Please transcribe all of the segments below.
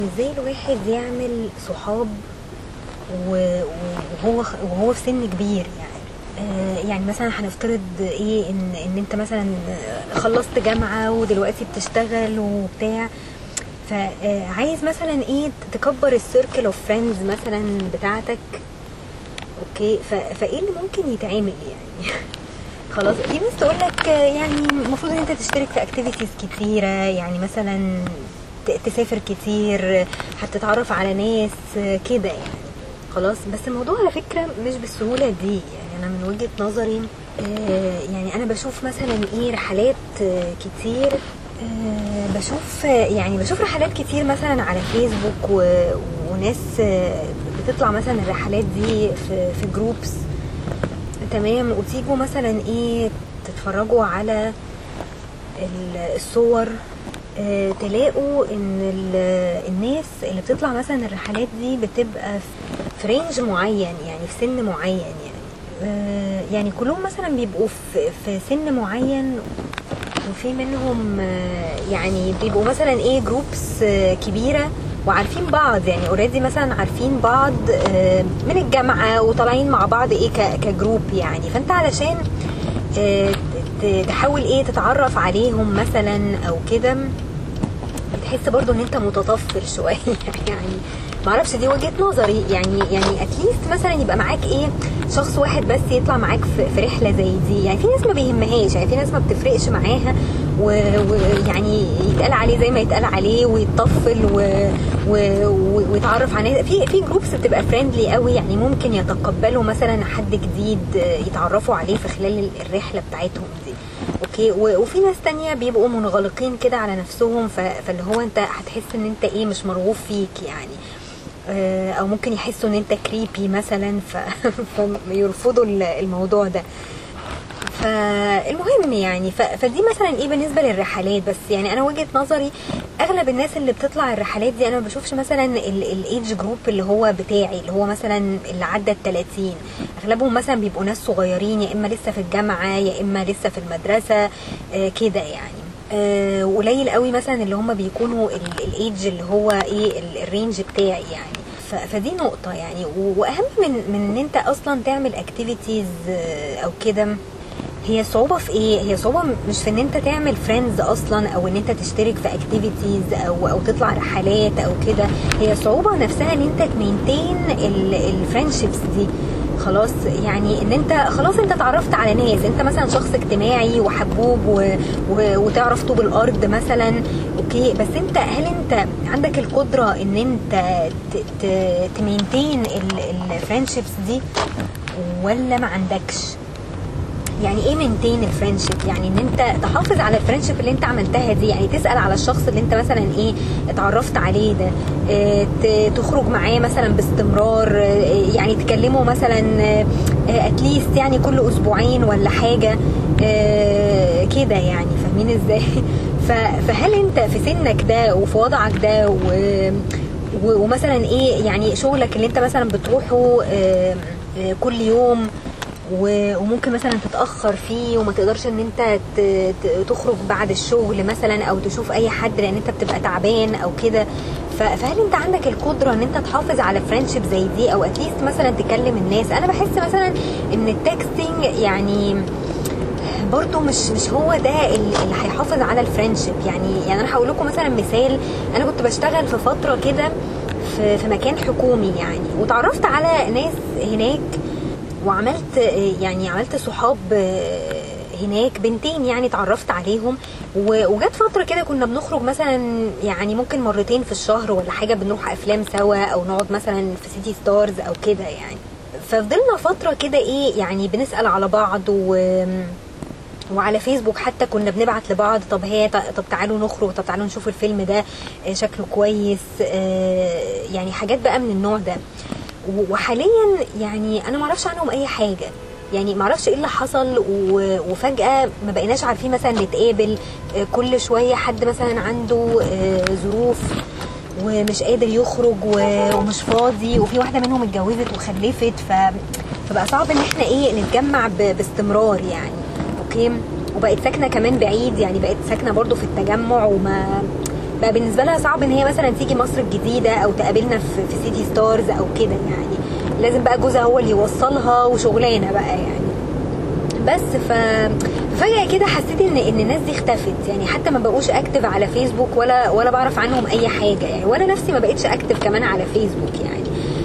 ازاي الواحد يعمل صحاب وهو في سن كبير يعني مثلا هنفترض ايه ان انت مثلا خلصت جامعة ودلوقتي بتشتغل وبتاع، فعايز مثلا ايه تكبر السيركل اوف فريندز مثلا بتاعتك. اوكي، فايه اللي ممكن يتعمل يعني؟ خلاص، في ناس تقولك يعني المفروض ان انت تشترك في اكتيفيتيز كتيرة، يعني مثلا تسافر كتير، هتتعرف على ناس كده يعني. خلاص، بس الموضوع على فكرة مش بالسهولة دي. يعني انا من وجهة نظري يعني انا بشوف مثلا ايه رحلات كتير، بشوف رحلات كتير مثلا على فيسبوك وناس بتطلع مثلا الرحلات دي في جروبس، تمام، وتيجوا مثلا ايه تتفرجوا على الصور، تلاقوا ان الناس اللي بتطلع مثلا الرحلات دي بتبقى في رينج معين، يعني في سن معين، يعني كلهم مثلا بيبقوا في سن معين، وفي منهم يعني بيبقوا مثلا ايه جروبس كبيرة وعارفين بعض، يعني اوريدي مثلا عارفين بعض من الجامعة وطالعين مع بعض ايه كجروب يعني. فانت علشان تحاول ايه تتعرف عليهم مثلا او كده، بتحس برضو ان انت متطفل شوية يعني معرفش، دي وجهة نظري يعني اتليست مثلا يبقى معاك ايه شخص واحد بس يطلع معاك في رحلة زي دي. يعني في ناس ما بيهمهاش، يعني في ناس ما بتفرقش معاها ويعني يتقال عليه زي ما يتقال عليه ويتطفل ويتعرف على في جروبس بتبقى فريندلي قوي، يعني ممكن يتقبلوا مثلا حد جديد يتعرفوا عليه في خلال الرحلة بتاعتهم دي. اوكي، وفي ناس تانية بيبقوا منغلقين كده على نفسهم، فاللي هو انت هتحس ان انت ايه مش مرغوب فيك يعني، او ممكن يحسوا ان انت كريبي مثلا فيرفضوا الموضوع ده. فالمهم يعني فدي مثلا ايه بالنسبة للرحلات. بس يعني انا وجهة نظري اغلب الناس اللي بتطلع الرحلات دي انا ما بشوفش مثلا الايدج جروب اللي هو بتاعي، اللي هو مثلا اللي عدى ال30. اغلبهم مثلا بيبقوا ناس صغيرين، يا اما لسه في الجامعة يا اما لسه في المدرسة كده يعني. قليل قوي مثلا اللي هم بيكونوا الايدج اللي هو ايه الرينج بتاعي يعني. فدي نقطة يعني. واهم من ان انت اصلا تعمل اكتيفيتيز او كده، هي صعوبة في ايه؟ هي صعوبة مش في ان انت تعمل فريندز اصلا، او ان انت تشترك في اكتيفيتيز او تطلع رحلات او كده. هي صعوبة نفسها ان انت تمينتين الفريندشيبس دي. خلاص، يعني ان انت خلاص انت اتعرفت على ناس، انت مثلا شخص اجتماعي وحبوب وتعرف طوب الارض مثلا، اوكي، بس هل انت عندك القدرة ان انت تمينتين الفريندشيبس دي ولا ما عندكش؟ يعني ايه مينتين الفريندشيب؟ يعني ان انت تحافظ على الفريندشيب اللي انت عملتها دي، يعني تسأل على الشخص اللي انت مثلا ايه اتعرفت عليه ده، تخرج معاه مثلا باستمرار، يعني تكلمه مثلا اتليست يعني كل اسبوعين ولا حاجة كده يعني. فاهمين ازاي؟ فهل انت في سنك ده وفي وضعك ده ومثلا ايه يعني شغلك اللي انت مثلا بتروحه كل يوم وممكن مثلا تتأخر فيه وما تقدرش ان انت تخرج بعد الشغل مثلا او تشوف اي حد لان انت بتبقى تعبان او كده، فهل انت عندك القدرة ان انت تحافظ على فريندشيب زي دي، او اتليست مثلا تكلم الناس؟ انا بحس مثلا ان التكستنج يعني برضو مش هو ده اللي هيحافظ على الفريندشيب يعني انا هقول لكم مثلا مثال. انا كنت بشتغل في فترة كده في مكان حكومي يعني، وتعرفت على ناس هناك عملت صحاب هناك، بنتين يعني اتعرفت عليهم. وجت فترة كده كنا بنخرج مثلا يعني ممكن مرتين في الشهر ولا حاجة، بنروح افلام سوا او نقعد مثلا في سيتي ستارز او كده يعني. ففضلنا فترة كده ايه يعني بنسأل على بعض وعلى فيسبوك حتى كنا بنبعت لبعض، طب تعالوا نخرج، طب تعالوا نشوف الفيلم ده شكله كويس، يعني حاجات بقى من النوع ده. وحاليا يعني انا معرفش عنهم اي حاجة، يعني معرفش ايه اللي حصل وفجأة ما بقيناش عارفين مثلا نتقابل. كل شوية حد مثلا عنده ظروف ومش قادر يخرج ومش فاضي، وفي واحدة منهم اتجوزت وخلفت، فبقى صعب ان احنا ايه نتجمع باستمرار يعني. اوكي، وبقت ساكنة كمان بعيد، يعني بقت ساكنة برضو في التجمع، بقى بالنسبه لها صعب ان هي مثلا تيجي مصر الجديده او تقابلنا في سيتي ستارز او كده يعني. لازم بقى جوزها هو اللي يوصلها وشغلانه بقى يعني. بس فجأة كده حسيت ان الناس دي اختفت يعني. حتى ما بقوش اكتف على فيسبوك ولا بعرف عنهم اي حاجه يعني. وانا نفسي ما بقتش اكتف كمان على فيسبوك يعني.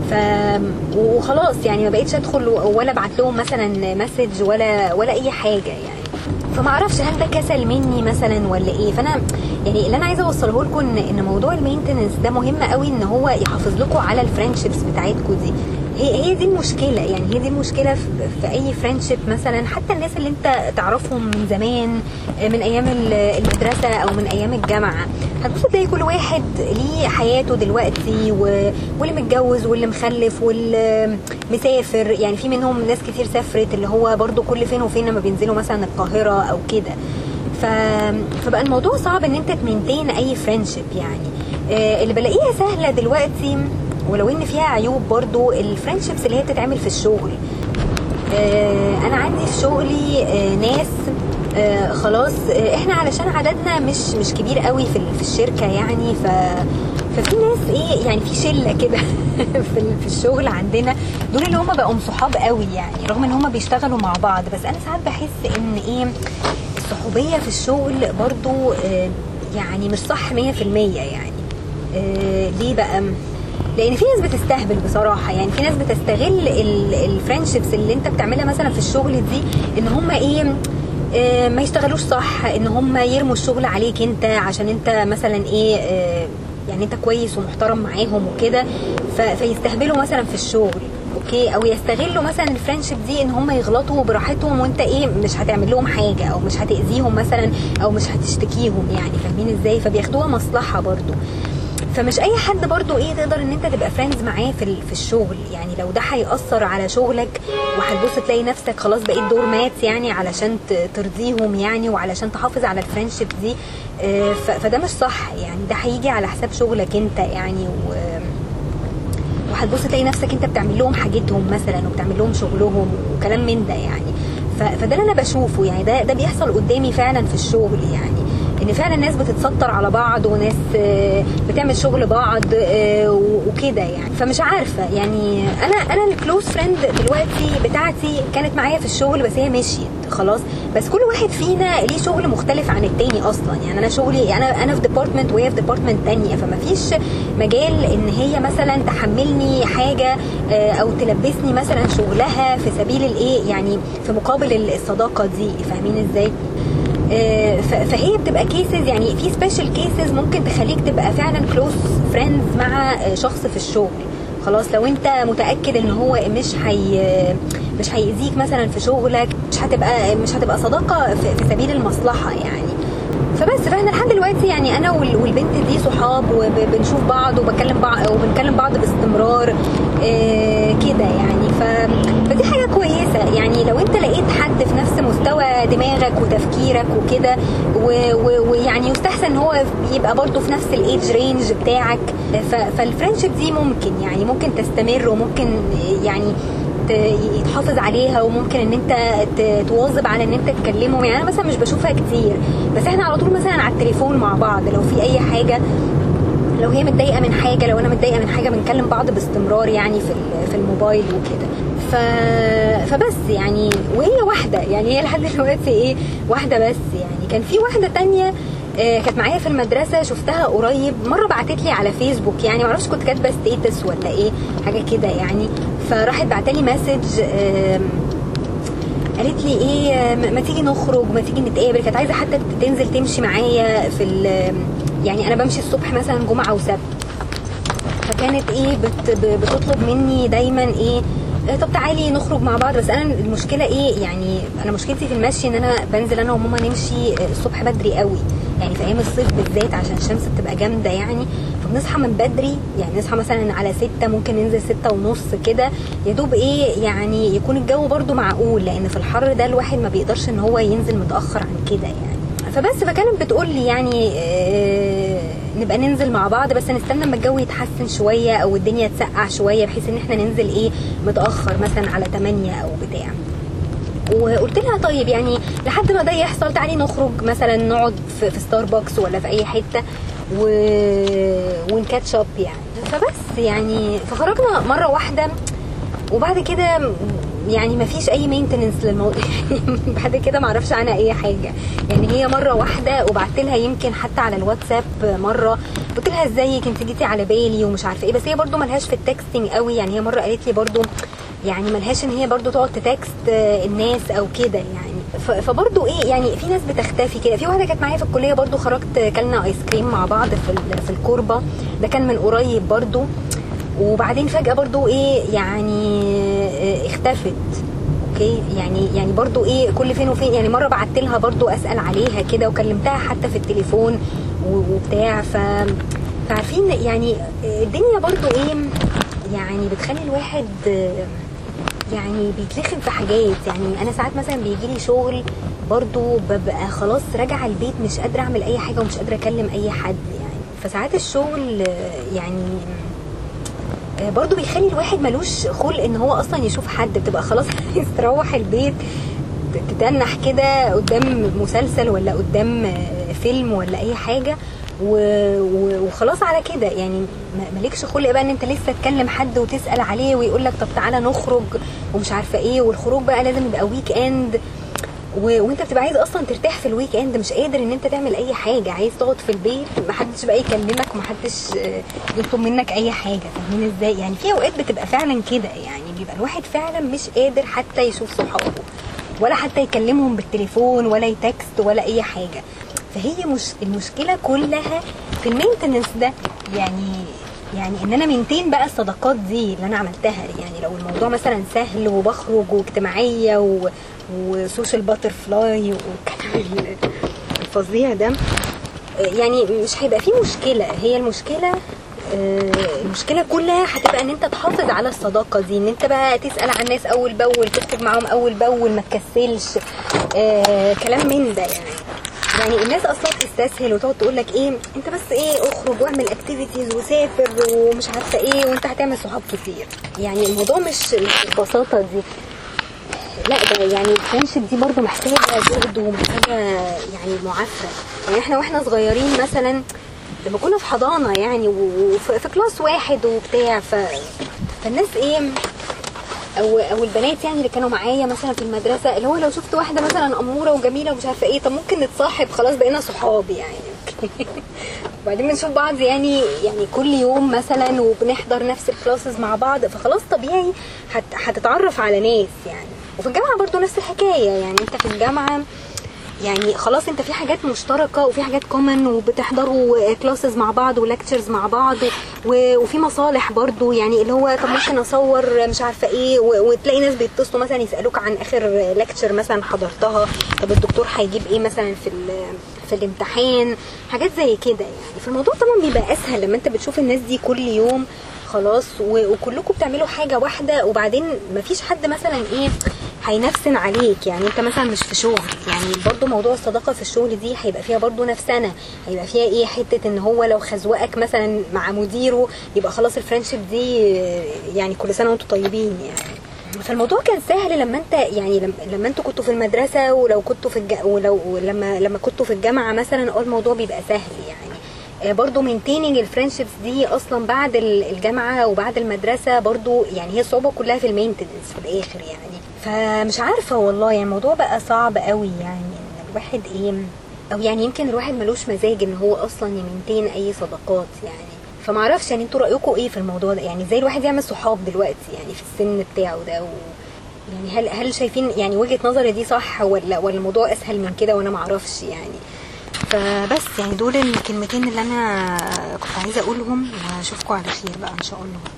وخلاص يعني ما بقتش ادخل ولا ابعت لهم مثلا مسج ولا اي حاجه يعني. فما اعرفش هل ده كسل مني مثلا ولا ايه. فانا يعني اللي انا عايزه اوصله لكم ان موضوع المينتنس ده مهم قوي، ان هو يحافظ لكم على الفريندشيبس بتاعتكم دي. هي دي المشكله يعني. هي دي المشكله في اي فريندشيب مثلا. حتى الناس اللي انت تعرفهم من زمان، من ايام المدرسه او من ايام الجامعه، هتبص تلاقي كل واحد ليه حياته دلوقتي، واللي متجوز واللي مخلف واللي مسافر يعني. في منهم ناس كتير سافرت، اللي هو برضو كل فين وفين لما بينزلوا مثلا القاهره او كده. فبقى الموضوع صعب ان انت تمنتين اي فريندشيب يعني. اللي بلاقيها سهله دلوقتي، ولو ان فيها عيوب برضو، الفريندشيبس اللي هي بتتعمل في الشغل. انا عندي في شغلي ناس خلاص احنا علشان عددنا مش كبير قوي في الشركه يعني. ففي ناس ايه يعني، في شله كده في الشغل عندنا، دول اللي هم بقوا صحاب قوي يعني، رغم ان هم بيشتغلوا مع بعض. بس انا ساعات بحس ان ايه، الصحوبيه في الشغل برضو يعني مش صح 100% يعني. ليه بقى؟ لان في ناس بتستهبل بصراحه يعني. في ناس بتستغل الفريندشيبس اللي انت بتعملها مثلا في الشغل دي، ان هم ايه ما يشتغلوش صح، ان هم يرموا الشغل عليك انت عشان انت مثلا ايه يعني انت كويس ومحترم معاهم وكده، فيستهبلوا مثلا في الشغل. اوكي، او يستغلوا مثلا الفريندشيب دي ان هم يغلطوا براحتهم، وانت ايه مش هتعمل لهم حاجه، او مش هتاذيهم مثلا، او مش هتشتكيهم يعني. فاهمين ازاي؟ فبياخدوها مصلحه برضو. فمش اي حد برضو ايه تقدر ان انت تبقى فريندز معاه في الشغل يعني. لو ده هيأثر على شغلك، وهتبص تلاقي نفسك خلاص بقيت دور مات يعني علشان ترضيهم يعني، وعلشان تحافظ على الفريندشيب دي، فده مش صح يعني. ده هيجي على حساب شغلك انت يعني. وهتبص تلاقي نفسك انت بتعمل لهم حاجتهم مثلا، وبتعمل لهم شغلهم وكلام من ده يعني. فده اللي انا بشوفه يعني. ده بيحصل قدامي فعلا في الشغل يعني. ان فعلا ناس بتتستر على بعض، وناس بتعمل شغل بعض وكده يعني. فمش عارفه يعني. انا الكلوز فريند دلوقتي بتاعتي كانت معايا في الشغل، بس هي مشيت خلاص. بس كل واحد فينا ليه شغل مختلف عن التاني اصلا يعني. انا شغلي انا في ديبارتمنت وهي في ديبارتمنت تانية، فما فيش مجال ان هي مثلا تحملني حاجه او تلبسني مثلا شغلها في سبيل الايه يعني، في مقابل الصداقه دي. فاهمين ازاي؟ فهي بتبقى كيسز يعني. في سبيشال كيسز ممكن تخليك تبقى فعلا كلوز فريندز مع شخص في الشغل. خلاص لو انت متاكد ان هو مش هيأذيك مثلا في شغلك، مش هتبقى صداقه في سبيل المصلحه يعني. فاحنا لحد دلوقتي يعني انا والبنت دي صحاب، وبنشوف بعض وبنكلم بعض باستمرار كده يعني. فدي حاجه كويسه يعني. لو انت لقيت حد في نفس مستوى دماغك وتفكيرك وكده، ويعني يستحسن ان هو يبقى برضو في نفس الايدج رينج بتاعك، فالفريندشيب دي ممكن تستمر، وممكن يعني يتحافظ عليها، وممكن ان انت تواظب على ان انت تكلمهم يعني. انا مثلا مش بشوفها كتير، بس احنا على طول مثلا على التليفون مع بعض. لو في اي حاجه، لو هي متضايقه من حاجه، لو انا متضايقه من حاجه، بنكلم بعض باستمرار يعني في الموبايل وكده. فبس يعني. وهي واحده يعني، هي لحد دلوقتي ايه واحده بس يعني. كان في واحده تانية كانت معايا في المدرسه، شفتها قريب مره، بعتت لي على فيسبوك يعني، معرفش كنت كاتبه ستيتس ولا ايه حاجه كده يعني. فراحت بعتلي مسج قالت لي ايه، ما تيجي نخرج، ما تيجي نتقابل. كانت عايزه حتى تنزل تمشي معايا يعني. انا بمشي الصبح مثلا جمعه وسبت، فكانت ايه بتطلب مني دايما ايه، طب تعالي نخرج مع بعض. بس انا المشكله ايه يعني، انا مشكلتي في المشي ان انا بنزل انا وماما نمشي الصبح بدري قوي يعني، في ايام الصيف بالذات عشان الشمس بتبقى جامده يعني. فبنصحى من بدري يعني، نصحى مثلا على 6، ممكن ننزل 6:30 كده، يا دوب ايه يعني يكون الجو برضو معقول، لان في الحر ده الواحد ما بيقدرش ان هو ينزل متاخر عن كده يعني. فكانت بتقول لي يعني نبقى ننزل مع بعض، بس نستنى اما الجو يتحسن شويه، او الدنيا تسقع شويه، بحيث ان احنا ننزل ايه متاخر مثلا على 8 او بتاع. وقلت لها طيب يعني لحد ما ده يحصل تعالي نخرج مثلا، نقعد في ستاربكس ولا في اي حته. ونكاتش اب يعني. فبس يعني فخرجنا مره واحده، وبعد كده يعني ما فيش اي مينتننس للموضوع. بعد كده ما اعرفش عنها اي حاجه يعني. هي مره واحده وبعت لها يمكن حتى على الواتساب مره، قلت لها ازيك انت جيتي على بالي ومش عارفه ايه، بس هي برده ملهاش في التكستنج قوي يعني. هي مره قالت لي برده يعني ملهاش ان هي برده تقعد تتكست الناس او كده يعني. فبرده ايه يعني في ناس بتختفي كده. في واحده كانت معايا في الكليه برده، خرجت كلنا ايس كريم مع بعض في الكوربه، ده كان من قريب برده، وبعدين فجأة برضو ايه يعني اختفت. اوكي يعني برضو ايه كل فين وفين يعني. مرة بعت لها برضو اسأل عليها كده، وكلمتها حتى في التليفون وبتاع. فعارفين يعني الدنيا برضو ايه يعني بتخلي الواحد يعني بيتلخم في حاجات يعني. انا ساعات مثلا بيجيلي شغل برضو ببقى خلاص راجعة البيت مش قادرة اعمل اي حاجة ومش قادرة اكلم اي حد يعني. فساعات الشغل يعني برضو بيخلي الواحد ملوش خلق ان هو اصلا يشوف حد. بتبقى خلاص تروح البيت تتنح كده قدام مسلسل ولا قدام فيلم ولا اي حاجة وخلاص على كده يعني. مالكش خلق بقى ان انت لسه تكلم حد وتسأل عليه ويقولك طب تعالى نخرج ومش عارفة ايه. والخروج بقى لازم يبقى ويك اند، وانت بتبقى عايز اصلا ترتاح في الويك اند، مش قادر ان انت تعمل اي حاجه، عايز تقعد في البيت محدش بقى يكلمك ومحدش يطلب منك اي حاجه. فاهمين ازاي يعني؟ في اوقات بتبقى فعلا كده يعني، بيبقى الواحد فعلا مش قادر حتى يشوف صحابه ولا حتى يكلمهم بالتليفون ولا يتكست ولا اي حاجه. فهي مش المشكله كلها في المينتنس ده يعني ان انا مينتين بقى الصداقات دي اللي انا عملتها يعني. لو الموضوع مثلا سهل وبخرج واجتماعيه وسوشيال باتر فلاي والكلام الفظيع ده يعني مش هيبقى فيه مشكله. هي المشكله كلها هتبقى ان انت تحافظ على الصداقه دي، ان انت بقى تسال عن الناس اول باول، تخرج معاهم اول باول، ما تكسلش كلام من ده يعني الناس اصلا تستسهل وتقعد تقول لك ايه انت بس ايه اخرج واعمل اكتيفيتيز وسافر ومش عارفه ايه وانت هتعمل صحاب كتير. يعني الموضوع مش البساطه دي، لا ده يعني الفرنشيب دي برضو محتاجه جهد ومحتاجه يعني معافره. يعني احنا واحنا صغيرين مثلا لما كنا في حضانه يعني وفي كلاس واحد وبتاع فالناس ايه او البنات يعني اللي كانوا معايا مثلا في المدرسه، اللي هو لو شفت واحده مثلا اموره وجميله ومش عارفه ايه طب ممكن نتصاحب، خلاص بقينا صحاب يعني. وبعدين بنشوف بعض يعني كل يوم مثلا وبنحضر نفس الكلاسز مع بعض، فخلاص طبيعي هتتعرف على ناس يعني. وفي الجامعه برضو نفس الحكايه يعني. انت في الجامعه يعني خلاص انت في حاجات مشتركه وفي حاجات كومن وبتحضروا كلاسز مع بعض ولكتشرز مع بعض وفي مصالح برضو يعني اللي هو طب ممكن اصور مش عارفه ايه وتلاقي ناس بيتصلوا مثلا يسالوك عن اخر لكتشر مثلا حضرتها، طب الدكتور هيجيب ايه مثلا في الامتحان، حاجات زي كده يعني. فالموضوع طبعا بيبقى اسهل لما انت بتشوف الناس دي كل يوم خلاص وكلكم بتعملوا حاجه واحده، وبعدين مفيش حد مثلا ايه هينفسن عليك يعني. انت مثلا مش في شغل يعني، برضو موضوع الصداقه في الشغل دي هيبقى فيها برضو نفسنا، هيبقى فيها ايه حته ان هو لو خزوقك مثلا مع مديره يبقى خلاص الفرنشيب دي يعني كل سنه وانتم طيبين يعني. فالموضوع كان سهل لما انت يعني لما انتوا كنتوا في المدرسه، ولو كنتوا ولو لما كنتوا في الجامعه مثلا الموضوع بيبقى سهل يعني. برضو مينتيننج الفرنشيبس دي اصلا بعد الجامعه وبعد المدرسه برضو يعني هي الصعوبه كلها في المينتنس في الاخر يعني. فمش عارفه والله يعني الموضوع بقى صعب قوي يعني ان الواحد ايه، او يعني يمكن الواحد ملوش مزاج ان هو اصلا يمينتين اي صداقات يعني. فما اعرفش يعني انتوا رايكم ايه في الموضوع ده يعني؟ ازاي الواحد يعمل صحاب دلوقتي يعني في السن بتاعه ده يعني هل شايفين يعني وجهه نظري دي صح ولا الموضوع اسهل من كده وانا ما اعرفش يعني؟ فبس يعني دول الكلمتين اللي انا كنت عايزه اقولهم، واشوفكم على خير بقى ان شاء الله.